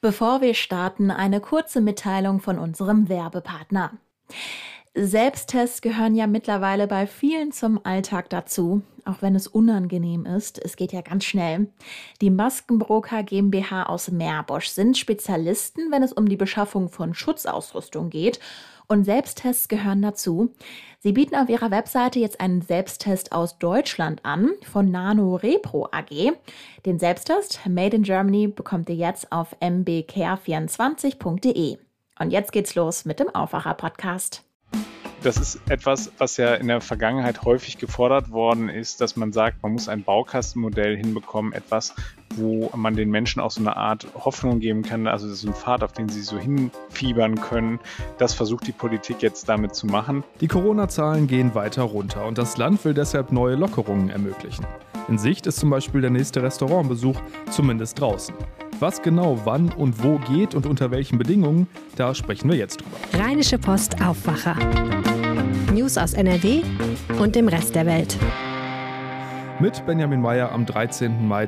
Bevor wir starten, eine kurze Mitteilung von unserem Werbepartner. Selbsttests gehören ja mittlerweile bei vielen zum Alltag dazu, auch wenn es unangenehm ist. Es geht ja ganz schnell. Die Maskenbroker GmbH aus Meerbusch sind Spezialisten, wenn es um die Beschaffung von Schutzausrüstung geht. Und Selbsttests gehören dazu. Sie bieten auf ihrer Webseite jetzt einen Selbsttest aus Deutschland an, von Nano Repro AG. Den Selbsttest Made in Germany bekommt ihr jetzt auf mbcare24.de. Und jetzt geht's los mit dem Aufwacher-Podcast. Das ist etwas, was ja in der Vergangenheit häufig gefordert worden ist, dass man sagt, man muss ein Baukastenmodell hinbekommen, etwas, wo man den Menschen auch so eine Art Hoffnung geben kann, also so ein Pfad, auf den sie so hinfiebern können. Das versucht die Politik jetzt damit zu machen. Die Corona-Zahlen gehen weiter runter und das Land will deshalb neue Lockerungen ermöglichen. In Sicht ist zum Beispiel der nächste Restaurantbesuch, zumindest draußen. Was genau, wann und wo geht und unter welchen Bedingungen, da sprechen wir jetzt drüber. Rheinische Post Aufwacher. News aus NRW und dem Rest der Welt. Mit Benjamin Meyer am 13. Mai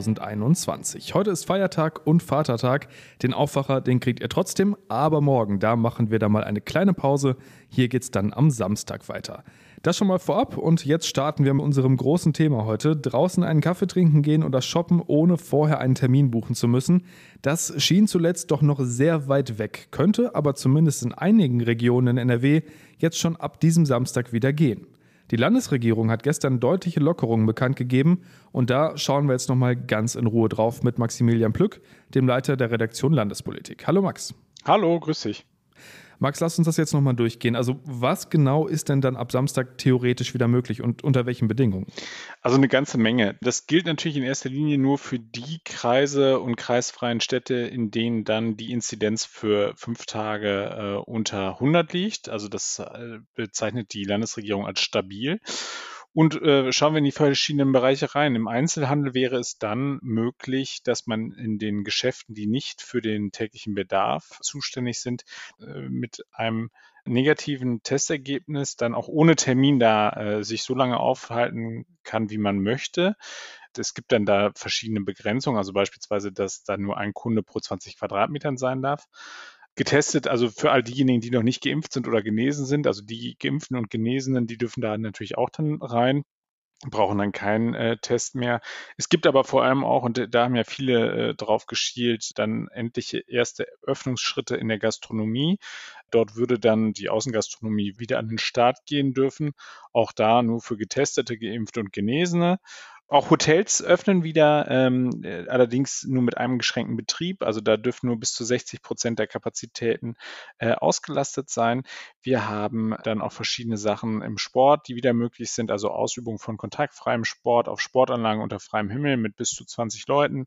2021. Heute ist Feiertag und Vatertag. Den Aufwacher, den kriegt ihr trotzdem, aber morgen, da machen wir da mal eine kleine Pause. Hier geht's dann am Samstag weiter. Das schon mal vorab und jetzt starten wir mit unserem großen Thema heute. Draußen einen Kaffee trinken gehen oder shoppen, ohne vorher einen Termin buchen zu müssen. Das schien zuletzt doch noch sehr weit weg, könnte aber zumindest in einigen Regionen in NRW jetzt schon ab diesem Samstag wieder gehen. Die Landesregierung hat gestern deutliche Lockerungen bekannt gegeben und da schauen wir jetzt nochmal ganz in Ruhe drauf mit Maximilian Plück, dem Leiter der Redaktion Landespolitik. Hallo Max. Hallo, grüß dich. Max, lass uns das jetzt nochmal durchgehen. Also was genau ist denn dann ab Samstag theoretisch wieder möglich und unter welchen Bedingungen? Also eine ganze Menge. Das gilt natürlich in erster Linie nur für die Kreise und kreisfreien Städte, in denen dann die Inzidenz für 5 Tage unter 100 liegt. Also das bezeichnet die Landesregierung als stabil. Und schauen wir in die verschiedenen Bereiche rein. Im Einzelhandel wäre es dann möglich, dass man in den Geschäften, die nicht für den täglichen Bedarf zuständig sind, mit einem negativen Testergebnis dann auch ohne Termin da sich so lange aufhalten kann, wie man möchte. Es gibt dann da verschiedene Begrenzungen, also beispielsweise, dass da nur ein Kunde pro 20 Quadratmetern sein darf. Getestet, also für all diejenigen, die noch nicht geimpft sind oder genesen sind, also die Geimpften und Genesenen, die dürfen da natürlich auch dann rein, brauchen dann keinen Test mehr. Es gibt aber vor allem auch, und da haben ja viele drauf geschielt, dann endliche erste Öffnungsschritte in der Gastronomie. Dort würde dann die Außengastronomie wieder an den Start gehen dürfen, auch da nur für Getestete, Geimpfte und Genesene. Auch Hotels öffnen wieder, allerdings nur mit einem beschränkten Betrieb. Also da dürfen nur bis zu 60% der Kapazitäten ausgelastet sein. Wir haben dann auch verschiedene Sachen im Sport, die wieder möglich sind. Also Ausübung von kontaktfreiem Sport auf Sportanlagen unter freiem Himmel mit bis zu 20 Leuten.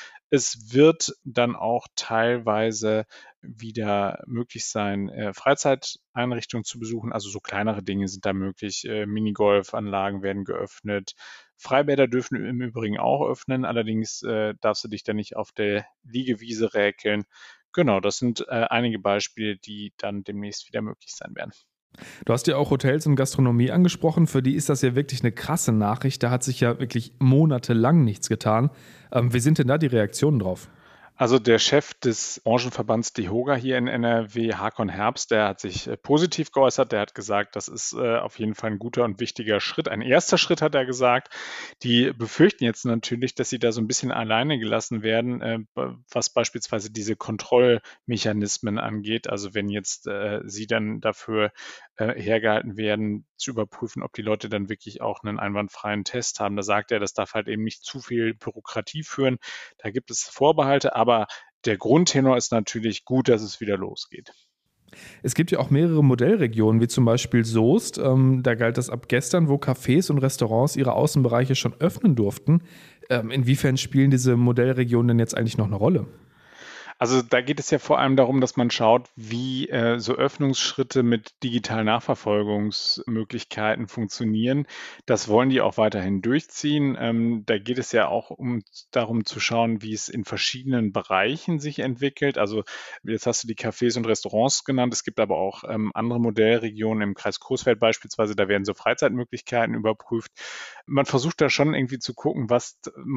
Es wird dann auch teilweise wieder möglich sein, Freizeiteinrichtungen zu besuchen. Also so kleinere Dinge sind da möglich. Minigolfanlagen werden geöffnet. Freibäder dürfen im Übrigen auch öffnen. Allerdings darfst du dich da nicht auf der Liegewiese räkeln. Genau, das sind einige Beispiele, die dann demnächst wieder möglich sein werden. Du hast ja auch Hotels und Gastronomie angesprochen. Für die ist das ja wirklich eine krasse Nachricht. Da hat sich ja wirklich monatelang nichts getan. Wie sind denn da die Reaktionen drauf? Also der Chef des Branchenverbands DEHOGA hier in NRW, Hakon Herbst, der hat sich positiv geäußert. Der hat gesagt, das ist auf jeden Fall ein guter und wichtiger Schritt. Ein erster Schritt, hat er gesagt. Die befürchten jetzt natürlich, dass sie da so ein bisschen alleine gelassen werden, was beispielsweise diese Kontrollmechanismen angeht. Also wenn jetzt sie dann dafür hergehalten werden, zu überprüfen, ob die Leute dann wirklich auch einen einwandfreien Test haben. Da sagt er, das darf halt eben nicht zu viel Bürokratie führen. Da gibt es Vorbehalte, aber der Grundtenor ist natürlich gut, dass es wieder losgeht. Es gibt ja auch mehrere Modellregionen, wie zum Beispiel Soest. Da galt das ab gestern, wo Cafés und Restaurants ihre Außenbereiche schon öffnen durften. Inwiefern spielen diese Modellregionen denn jetzt eigentlich noch eine Rolle? Also da geht es ja vor allem darum, dass man schaut, wie so Öffnungsschritte mit digitalen Nachverfolgungsmöglichkeiten funktionieren. Das wollen die auch weiterhin durchziehen. Da geht es ja auch darum zu schauen, wie es in verschiedenen Bereichen sich entwickelt. Also jetzt hast du die Cafés und Restaurants genannt. Es gibt aber auch andere Modellregionen im Kreis Coesfeld beispielsweise. Da werden so Freizeitmöglichkeiten überprüft. Man versucht da schon irgendwie zu gucken, was man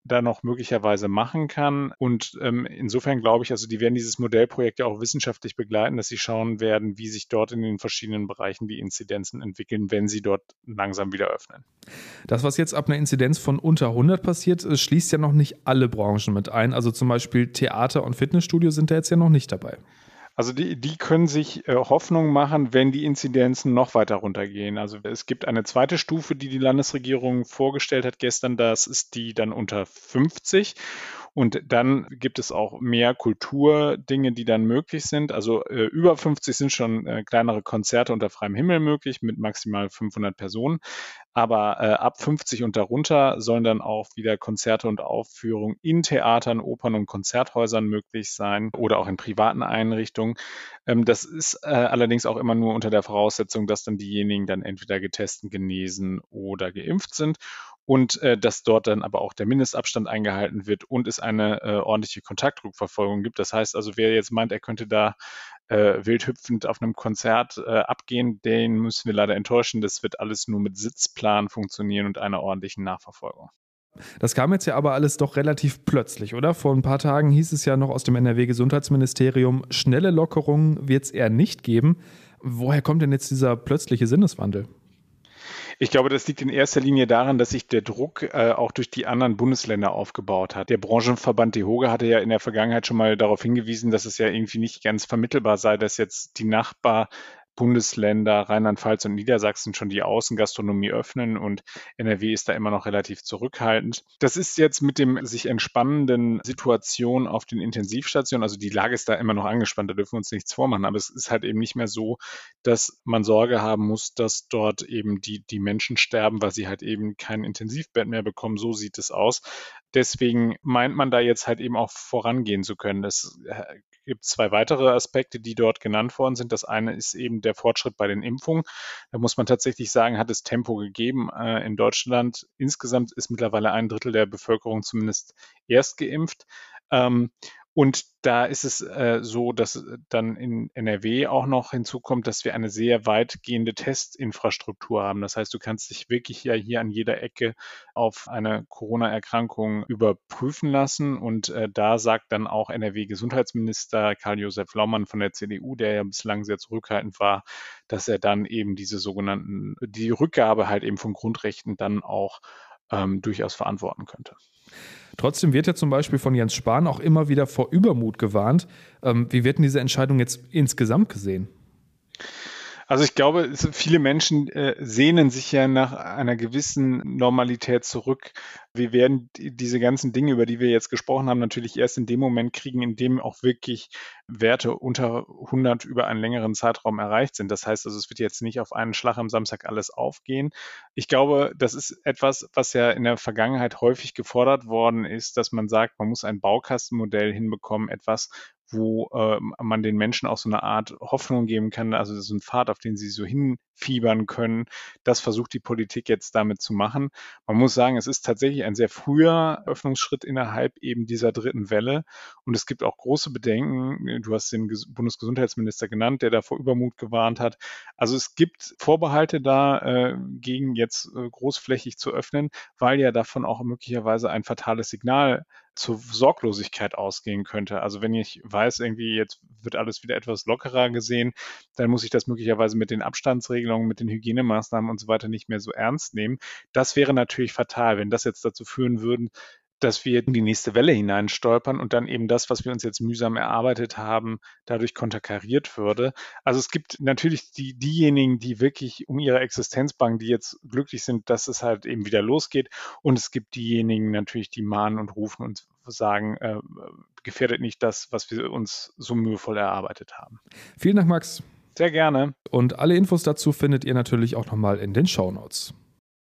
da noch möglicherweise machen kann. Und insofern glaube ich, also die werden dieses Modellprojekt ja auch wissenschaftlich begleiten, dass sie schauen werden, wie sich dort in den verschiedenen Bereichen die Inzidenzen entwickeln, wenn sie dort langsam wieder öffnen. Das, was jetzt ab einer Inzidenz von unter 100 passiert, schließt ja noch nicht alle Branchen mit ein. Also zum Beispiel Theater und Fitnessstudio sind da jetzt ja noch nicht dabei. Also die können sich Hoffnung machen, wenn die Inzidenzen noch weiter runtergehen. Also es gibt eine zweite Stufe, die die Landesregierung vorgestellt hat gestern, das ist die dann unter 50. Und dann gibt es auch mehr Kulturdinge, die dann möglich sind. Also über 50 sind schon kleinere Konzerte unter freiem Himmel möglich mit maximal 500 Personen. Aber ab 50 und darunter sollen dann auch wieder Konzerte und Aufführungen in Theatern, Opern und Konzerthäusern möglich sein oder auch in privaten Einrichtungen. Das ist allerdings auch immer nur unter der Voraussetzung, dass dann diejenigen dann entweder getestet, genesen oder geimpft sind. Und dass dort dann aber auch der Mindestabstand eingehalten wird und es eine ordentliche Kontaktrückverfolgung gibt. Das heißt also, wer jetzt meint, er könnte da wild hüpfend auf einem Konzert abgehen, den müssen wir leider enttäuschen. Das wird alles nur mit Sitzplan funktionieren und einer ordentlichen Nachverfolgung. Das kam jetzt ja aber alles doch relativ plötzlich, oder? Vor ein paar Tagen hieß es ja noch aus dem NRW-Gesundheitsministerium, schnelle Lockerungen wird es eher nicht geben. Woher kommt denn jetzt dieser plötzliche Sinneswandel? Ich glaube, das liegt in erster Linie daran, dass sich der Druck auch durch die anderen Bundesländer aufgebaut hat. Der Branchenverband DEHOGA hatte ja in der Vergangenheit schon mal darauf hingewiesen, dass es ja irgendwie nicht ganz vermittelbar sei, dass jetzt die Nachbarbundesländer Rheinland-Pfalz und Niedersachsen schon die Außengastronomie öffnen und NRW ist da immer noch relativ zurückhaltend. Das ist jetzt mit dem sich entspannenden Situation auf den Intensivstationen, also die Lage ist da immer noch angespannt, da dürfen wir uns nichts vormachen, aber es ist halt eben nicht mehr so, dass man Sorge haben muss, dass dort eben die Menschen sterben, weil sie halt eben kein Intensivbett mehr bekommen. So sieht es aus. Deswegen meint man da jetzt halt eben auch vorangehen zu können. Es gibt zwei weitere Aspekte, die dort genannt worden sind. Das eine ist eben der Fortschritt bei den Impfungen. Da muss man tatsächlich sagen, hat es Tempo gegeben. In Deutschland insgesamt ist mittlerweile 1/3 der Bevölkerung zumindest erst geimpft. Und da ist es so, dass dann in NRW auch noch hinzukommt, dass wir eine sehr weitgehende Testinfrastruktur haben. Das heißt, du kannst dich wirklich ja hier an jeder Ecke auf eine Corona-Erkrankung überprüfen lassen. Und da sagt dann auch NRW-Gesundheitsminister Karl-Josef Laumann von der CDU, der ja bislang sehr zurückhaltend war, dass er dann eben die Rückgabe halt eben von Grundrechten dann auch durchaus verantworten könnte. Trotzdem wird ja zum Beispiel von Jens Spahn auch immer wieder vor Übermut gewarnt. Wie wird denn diese Entscheidung jetzt insgesamt gesehen? Also ich glaube, viele Menschen sehnen sich ja nach einer gewissen Normalität zurück. Wir werden diese ganzen Dinge, über die wir jetzt gesprochen haben, natürlich erst in dem Moment kriegen, in dem auch wirklich Werte unter 100 über einen längeren Zeitraum erreicht sind. Das heißt also, es wird jetzt nicht auf einen Schlag am Samstag alles aufgehen. Ich glaube, das ist etwas, was ja in der Vergangenheit häufig gefordert worden ist, dass man sagt, man muss ein Baukastenmodell hinbekommen, etwas, wo man den Menschen auch so eine Art Hoffnung geben kann, also so ein Pfad, auf den sie so hinfiebern können. Das versucht die Politik jetzt damit zu machen. Man muss sagen, es ist tatsächlich ein sehr früher Öffnungsschritt innerhalb eben dieser dritten Welle. Und es gibt auch große Bedenken. Du hast den Bundesgesundheitsminister genannt, der da vor Übermut gewarnt hat. Also es gibt Vorbehalte da, gegen jetzt großflächig zu öffnen, weil ja davon auch möglicherweise ein fatales Signal zur Sorglosigkeit ausgehen könnte. Also wenn ich weiß, irgendwie jetzt wird alles wieder etwas lockerer gesehen, dann muss ich das möglicherweise mit den Abstandsregelungen, mit den Hygienemaßnahmen und so weiter nicht mehr so ernst nehmen. Das wäre natürlich fatal, wenn das jetzt dazu führen würde, dass wir in die nächste Welle hineinstolpern und dann eben das, was wir uns jetzt mühsam erarbeitet haben, dadurch konterkariert würde. Also es gibt natürlich diejenigen, die wirklich um ihre Existenz bangen, die jetzt glücklich sind, dass es halt eben wieder losgeht. Und es gibt diejenigen natürlich, die mahnen und rufen und sagen, gefährdet nicht das, was wir uns so mühevoll erarbeitet haben. Vielen Dank, Max. Sehr gerne. Und alle Infos dazu findet ihr natürlich auch nochmal in den Shownotes.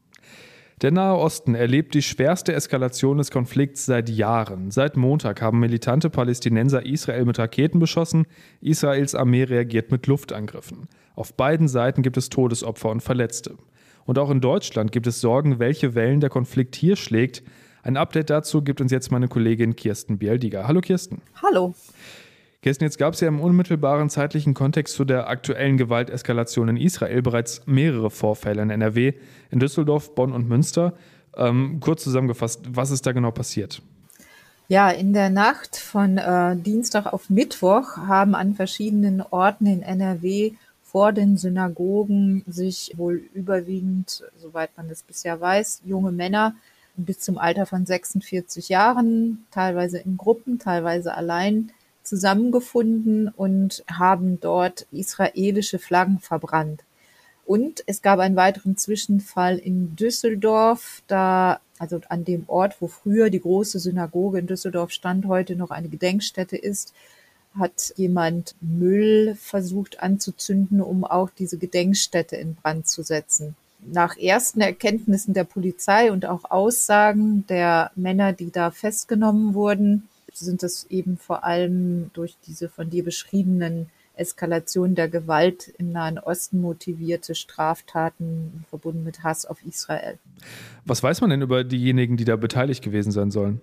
Der Nahe Osten erlebt die schwerste Eskalation des Konflikts seit Jahren. Seit Montag haben militante Palästinenser Israel mit Raketen beschossen. Israels Armee reagiert mit Luftangriffen. Auf beiden Seiten gibt es Todesopfer und Verletzte. Und auch in Deutschland gibt es Sorgen, welche Wellen der Konflikt hier schlägt. Ein Update dazu gibt uns jetzt meine Kollegin Kirsten Bialdiger. Hallo Kirsten. Hallo. Kirsten, jetzt gab es ja im unmittelbaren zeitlichen Kontext zu der aktuellen Gewalteskalation in Israel bereits mehrere Vorfälle in NRW, in Düsseldorf, Bonn und Münster. Kurz zusammengefasst, was ist da genau passiert? Ja, in der Nacht von Dienstag auf Mittwoch haben an verschiedenen Orten in NRW vor den Synagogen sich wohl überwiegend, soweit man das bisher weiß, junge Männer bis zum Alter von 46 Jahren, teilweise in Gruppen, teilweise allein, zusammengefunden und haben dort israelische Flaggen verbrannt. Und es gab einen weiteren Zwischenfall in Düsseldorf, also an dem Ort, wo früher die große Synagoge in Düsseldorf stand, heute noch eine Gedenkstätte ist, hat jemand Müll versucht anzuzünden, um auch diese Gedenkstätte in Brand zu setzen. Nach ersten Erkenntnissen der Polizei und auch Aussagen der Männer, die da festgenommen wurden, sind es eben vor allem durch diese von dir beschriebenen Eskalation der Gewalt im Nahen Osten motivierte Straftaten verbunden mit Hass auf Israel. Was weiß man denn über diejenigen, die da beteiligt gewesen sein sollen?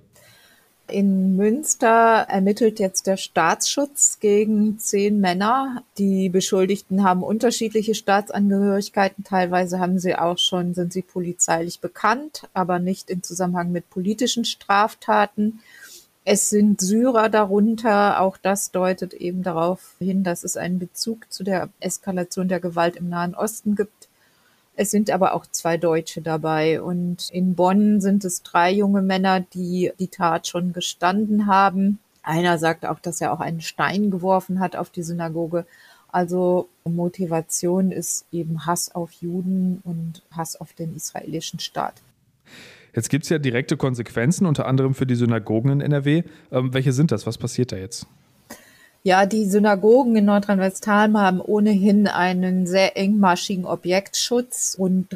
In Münster ermittelt jetzt der Staatsschutz gegen 10 Männer. Die Beschuldigten haben unterschiedliche Staatsangehörigkeiten. Teilweise sind sie polizeilich bekannt, aber nicht im Zusammenhang mit politischen Straftaten. Es sind Syrer darunter. Auch das deutet eben darauf hin, dass es einen Bezug zu der Eskalation der Gewalt im Nahen Osten gibt. Es sind aber auch 2 Deutsche dabei. Und in Bonn sind es 3 junge Männer, die die Tat schon gestanden haben. Einer sagt auch, dass er auch einen Stein geworfen hat auf die Synagoge. Also Motivation ist eben Hass auf Juden und Hass auf den israelischen Staat. Jetzt gibt es ja direkte Konsequenzen, unter anderem für die Synagogen in NRW. Welche sind das? Was passiert da jetzt? Ja, die Synagogen in Nordrhein-Westfalen haben ohnehin einen sehr engmaschigen Objektschutz. Rund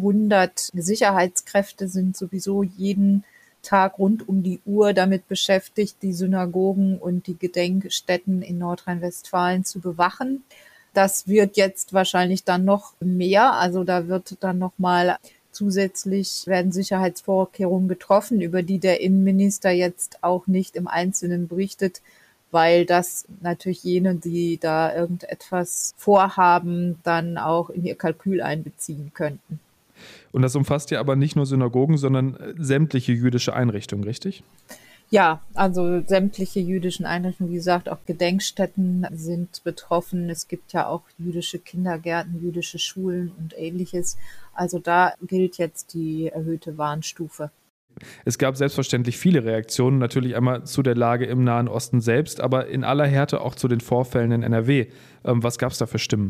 300 Sicherheitskräfte sind sowieso jeden Tag rund um die Uhr damit beschäftigt, die Synagogen und die Gedenkstätten in Nordrhein-Westfalen zu bewachen. Das wird jetzt wahrscheinlich dann noch mehr. Also da wird dann nochmal zusätzlich werden Sicherheitsvorkehrungen getroffen, über die der Innenminister jetzt auch nicht im Einzelnen berichtet, weil das natürlich jene, die da irgendetwas vorhaben, dann auch in ihr Kalkül einbeziehen könnten. Und das umfasst ja aber nicht nur Synagogen, sondern sämtliche jüdische Einrichtungen, richtig? Ja, also sämtliche jüdischen Einrichtungen, wie gesagt, auch Gedenkstätten sind betroffen. Es gibt ja auch jüdische Kindergärten, jüdische Schulen und Ähnliches. Also da gilt jetzt die erhöhte Warnstufe. Es gab selbstverständlich viele Reaktionen, natürlich einmal zu der Lage im Nahen Osten selbst, aber in aller Härte auch zu den Vorfällen in NRW. Was gab es da für Stimmen?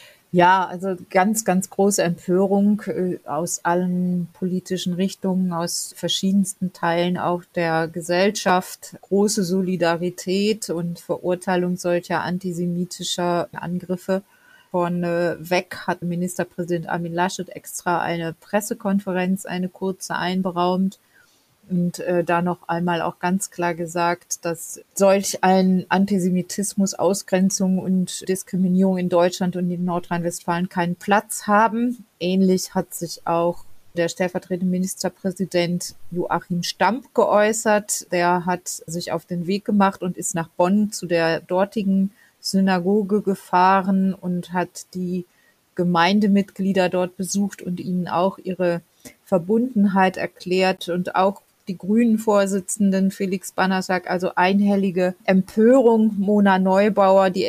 Ja, also ganz, ganz große Empörung aus allen politischen Richtungen, aus verschiedensten Teilen auch der Gesellschaft. Große Solidarität und Verurteilung solcher antisemitischer Angriffe. Vorneweg hat Ministerpräsident Armin Laschet extra eine Pressekonferenz, eine kurze einberaumt. Und da noch einmal auch ganz klar gesagt, dass solch ein Antisemitismus, Ausgrenzung und Diskriminierung in Deutschland und in Nordrhein-Westfalen keinen Platz haben. Ähnlich hat sich auch der stellvertretende Ministerpräsident Joachim Stamp geäußert. Der hat sich auf den Weg gemacht und ist nach Bonn zu der dortigen Synagoge gefahren und hat die Gemeindemitglieder dort besucht und ihnen auch ihre Verbundenheit erklärt und auch die Grünen-Vorsitzenden Felix Bannersack, also einhellige Empörung. Mona Neubauer, die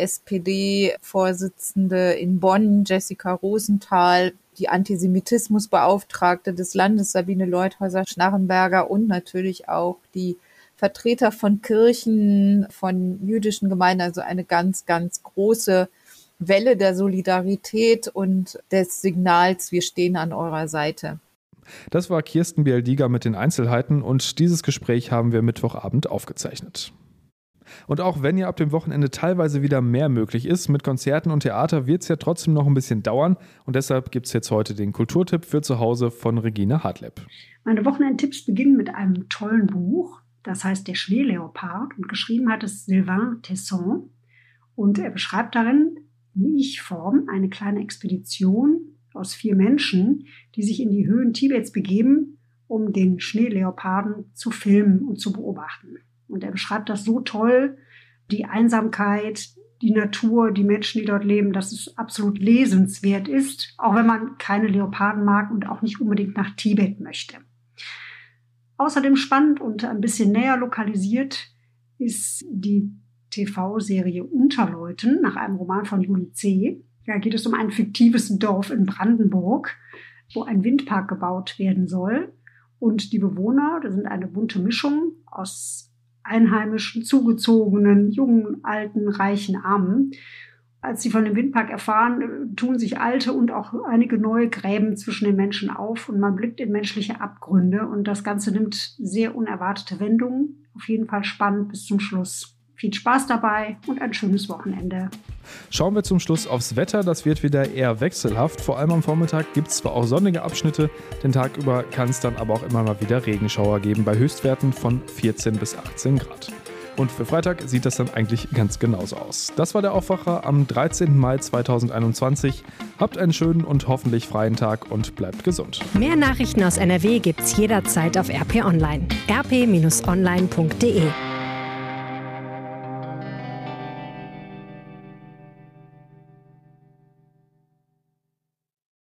SPD-Vorsitzende in Bonn, Jessica Rosenthal, die Antisemitismusbeauftragte des Landes Sabine Leuthäuser-Schnarrenberger und natürlich auch die Vertreter von Kirchen, von jüdischen Gemeinden, also eine ganz, ganz große Welle der Solidarität und des Signals, wir stehen an eurer Seite. Das war Kirsten Bialdiger mit den Einzelheiten und dieses Gespräch haben wir Mittwochabend aufgezeichnet. Und auch wenn ja ab dem Wochenende teilweise wieder mehr möglich ist, mit Konzerten und Theater wird es ja trotzdem noch ein bisschen dauern und deshalb gibt es jetzt heute den Kulturtipp für zu Hause von Regine Hartleb. Meine Wochenendtipps beginnen mit einem tollen Buch, das heißt Der Schneeleopard und geschrieben hat es Sylvain Tesson und er beschreibt darin in Ich-Form eine kleine Expedition aus 4 Menschen, die sich in die Höhen Tibets begeben, um den Schneeleoparden zu filmen und zu beobachten. Und er beschreibt das so toll, die Einsamkeit, die Natur, die Menschen, die dort leben, dass es absolut lesenswert ist, auch wenn man keine Leoparden mag und auch nicht unbedingt nach Tibet möchte. Außerdem spannend und ein bisschen näher lokalisiert ist die TV-Serie Unterleuten nach einem Roman von Juli C. Da geht es um ein fiktives Dorf in Brandenburg, wo ein Windpark gebaut werden soll. Und die Bewohner, das sind eine bunte Mischung aus Einheimischen, Zugezogenen, jungen, alten, reichen, Armen. Als sie von dem Windpark erfahren, tun sich alte und auch einige neue Gräben zwischen den Menschen auf und man blickt in menschliche Abgründe und das Ganze nimmt sehr unerwartete Wendungen. Auf jeden Fall spannend bis zum Schluss. Viel Spaß dabei und ein schönes Wochenende. Schauen wir zum Schluss aufs Wetter. Das wird wieder eher wechselhaft. Vor allem am Vormittag gibt es zwar auch sonnige Abschnitte, den Tag über kann es dann aber auch immer mal wieder Regenschauer geben bei Höchstwerten von 14 bis 18 Grad. Und für Freitag sieht das dann eigentlich ganz genauso aus. Das war der Aufwacher am 13. Mai 2021. Habt einen schönen und hoffentlich freien Tag und bleibt gesund. Mehr Nachrichten aus NRW gibt's jederzeit auf RP Online. rp-online.de